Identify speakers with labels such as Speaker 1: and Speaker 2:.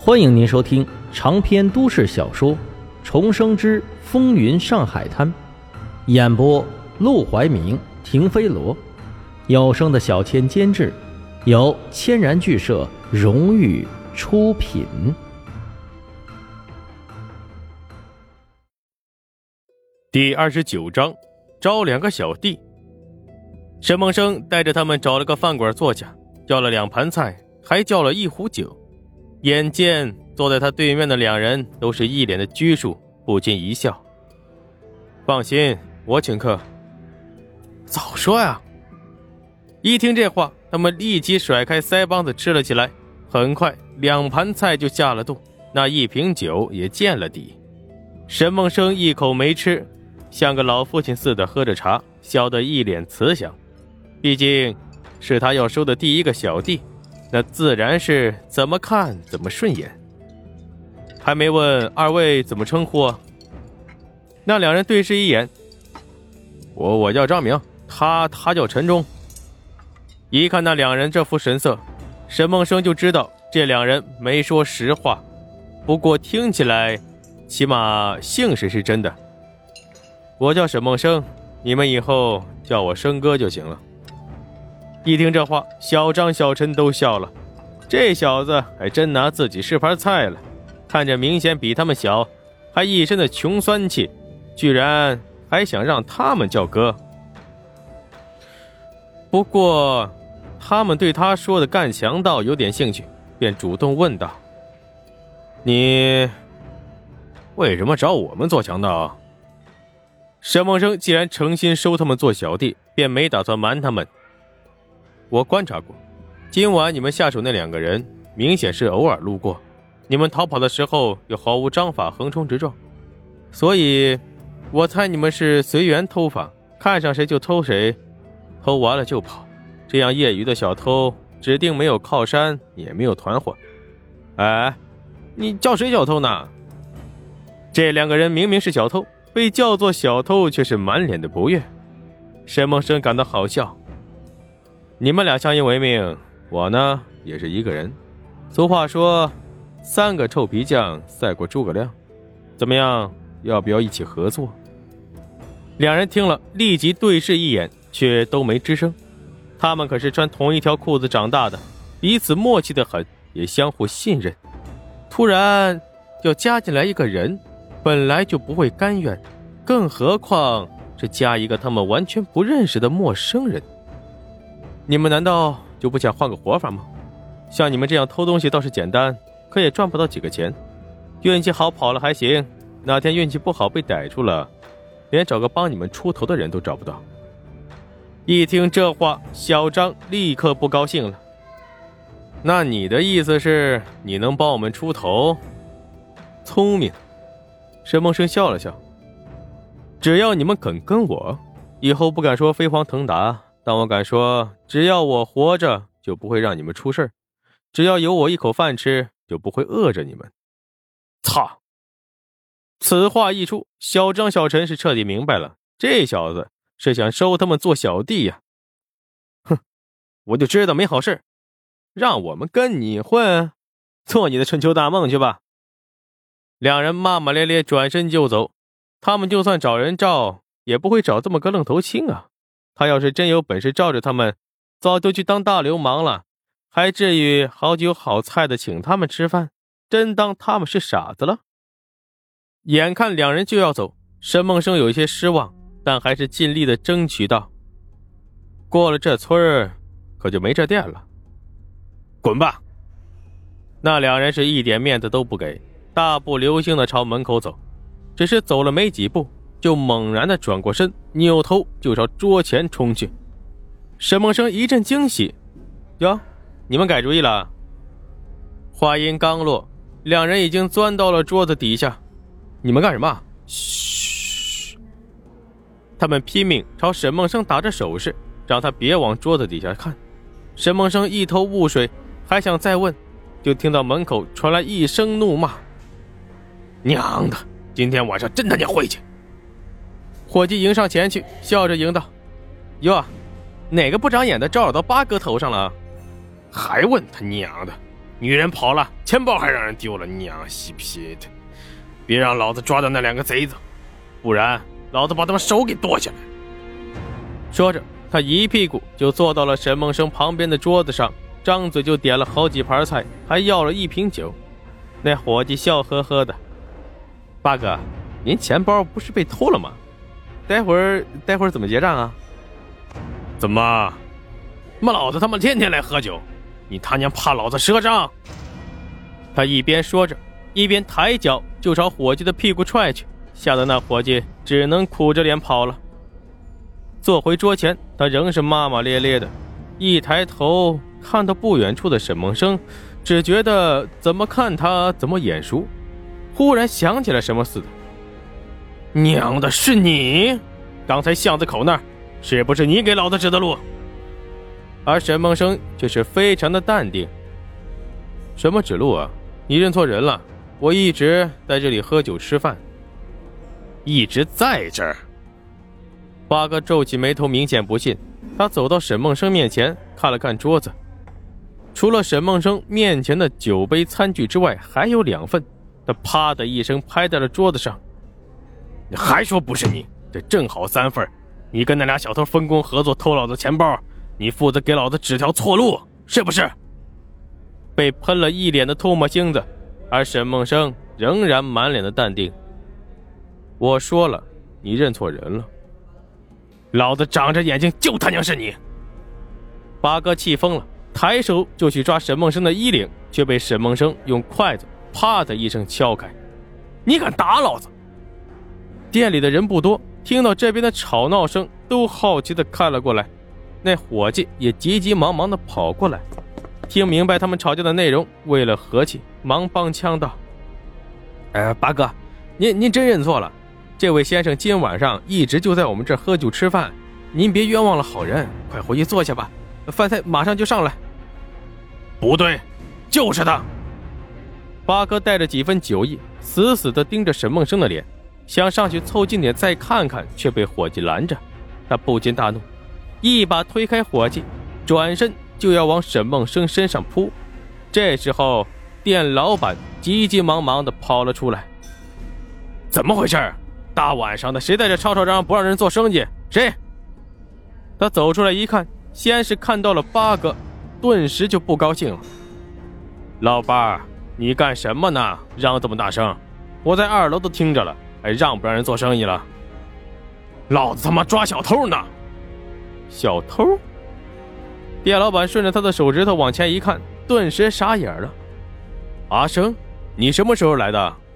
Speaker 1: 欢迎您收听长篇都市小说《重生之风云上海滩》，演播陆怀明、停飞罗，有声的小千监制，由千然剧社荣誉出品。
Speaker 2: 第29章，招两个小弟。沈梦生带着他们找了个饭馆坐下，叫了2盘菜，还叫了1壶酒。眼见坐在他对面的2人都是一脸的拘束，不禁一笑。放心，我请客。早说呀！一听这话，他们立即甩开腮帮子吃了起来。很快2盘菜就下了肚，那1瓶酒也见了底。沈梦生一口没吃，像个老父亲似的喝着茶，笑得一脸慈祥。毕竟是他要收的第一个小弟，那自然是怎么看怎么顺眼。还没问2位怎么称呼啊？那2人对视一眼。我叫张明，他叫陈忠。一看那2人这副神色，沈梦生就知道这2人没说实话，不过听起来起码姓氏是真的。我叫沈梦生，你们以后叫我生哥就行了。一听这话，小张小陈都笑了。这小子还真拿自己是盘菜了，看着明显比他们小，还一身的穷酸气，居然还想让他们叫哥。不过他们对他说的干强盗有点兴趣，便主动问道：你为什么找我们做强盗？沈梦生既然诚心收他们做小弟，便没打算瞒他们。我观察过，今晚你们下手那2个人明显是偶尔路过，你们逃跑的时候又毫无章法，横冲直撞，所以我猜你们是随缘偷访，看上谁就偷谁，偷完了就跑。这样业余的小偷指定没有靠山，也没有团伙。哎，你叫谁小偷呢？这2个人明明是小偷，被叫做小偷却是满脸的不悦。沈梦生感到好笑。你们俩相依为命，我呢也是一个人。俗话说3个臭皮匠赛过诸葛亮，怎么样，要不要一起合作？2人听了立即对视一眼，却都没吱声。他们可是穿同一条裤子长大的，彼此默契得很，也相互信任。突然要加进来一个人，本来就不会甘愿，更何况是加一个他们完全不认识的陌生人。你们难道就不想换个活法吗？像你们这样偷东西倒是简单，可也赚不到几个钱。运气好跑了还行，哪天运气不好被逮住了，连找个帮你们出头的人都找不到。一听这话，小张立刻不高兴了。那你的意思是你能帮我们出头？聪明。沈梦生笑了笑。只要你们肯跟我，以后不敢说飞黄腾达，但我敢说只要我活着就不会让你们出事，只要有我一口饭吃就不会饿着你们。操！此话一出，小张小陈是彻底明白了，这小子是想收他们做小弟呀。哼，我就知道没好事，让我们跟你混，做你的春秋大梦去吧。2人骂骂咧咧转身就走。他们就算找人罩，也不会找这么个愣头青啊。他要是真有本事罩着他们，早就去当大流氓了，还至于好酒好菜的请他们吃饭，真当他们是傻子了。眼看2人就要走，沈梦生有一些失望，但还是尽力的争取道：过了这村儿可就没这店了。滚吧！那2人是一点面子都不给，大步流星的朝门口走。只是走了没几步，就猛然的转过身，扭头就朝桌前冲去。沈梦生一阵惊喜：哟，你们改主意了？话音刚落，2人已经钻到了桌子底下。你们干什么？嘘！他们拼命朝沈梦生打着手势，让他别往桌子底下看。沈梦生一头雾水，还想再问，就听到门口传来一声怒骂：娘的，今天晚上真他娘晦气！伙计迎上前去，笑着迎道：哟，哪个不长眼的招惹到8哥头上了？还问他娘的！ 女人跑了，钱包还让人丢了，娘西皮的！别让老子抓到那2个贼子，不然老子把他们手给剁下来。说着，他一屁股就坐到了沈梦生旁边的桌子上，张嘴就点了好几盘菜，还要了1瓶酒。那伙计笑呵呵的：“八哥，您钱包不是被偷了吗？待会儿怎么结账啊？”“怎么？老子他妈天天来喝酒，你他娘怕老子赊账？”他一边说着，一边抬脚就朝伙计的屁股踹去，吓得那伙计只能苦着脸跑了。坐回桌前，他仍是骂骂咧咧的，一抬头看到不远处的沈梦生，只觉得怎么看他怎么眼熟，忽然想起来什么似的。“娘的，是你！刚才巷子口那儿，是不是你给老子指的路？”而沈梦生却是非常的淡定。“什么指路啊？你认错人了，我一直在这里喝酒吃饭。”“一直在这儿？”八哥皱起眉头，明显不信。他走到沈梦生面前，看了看桌子，除了沈梦生面前的酒杯餐具之外，还有2份。他啪的一声拍在了桌子上。“你还说不是你？这正好3份，你跟那俩小偷分工合作偷老子钱包，你负责给老子指条错路，是不是？”被喷了一脸的唾沫星子，而沈梦生仍然满脸的淡定。“我说了，你认错人了。老子长着眼睛就他娘是你！”八哥气疯了，抬手就去抓沈梦生的衣领，却被沈梦生用筷子啪的一声敲开。“你敢打老子！”店里的人不多，听到这边的吵闹声，都好奇的看了过来。那伙计也急急忙忙的跑过来，听明白他们吵架的内容，为了和气，忙帮腔道：“八哥，您真认错了。这位先生今晚上一直就在我们这儿喝酒吃饭，您别冤枉了好人，快回去坐下吧，饭菜马上就上来。”“不对，就是他！”八哥带着几分酒意，死死地盯着沈梦生的脸，想上去凑近点再看看，却被伙计拦着。他不禁大怒，一把推开伙计，转身就要往沈梦生身上扑。这时候店老板急急忙忙地跑了出来。“怎么回事？大晚上的，谁在这吵吵嚷嚷不让人做生意？谁？”他走出来一看，先是看到了八哥，顿时就不高兴了。“老八，你干什么呢？嚷这么大声，我在2楼都听着了，还让不让人做生意了？”“老子他妈抓小偷呢！”“小偷？”店老板顺着他的手指头往前一看，顿时傻眼了。“阿生，你什么时候来的？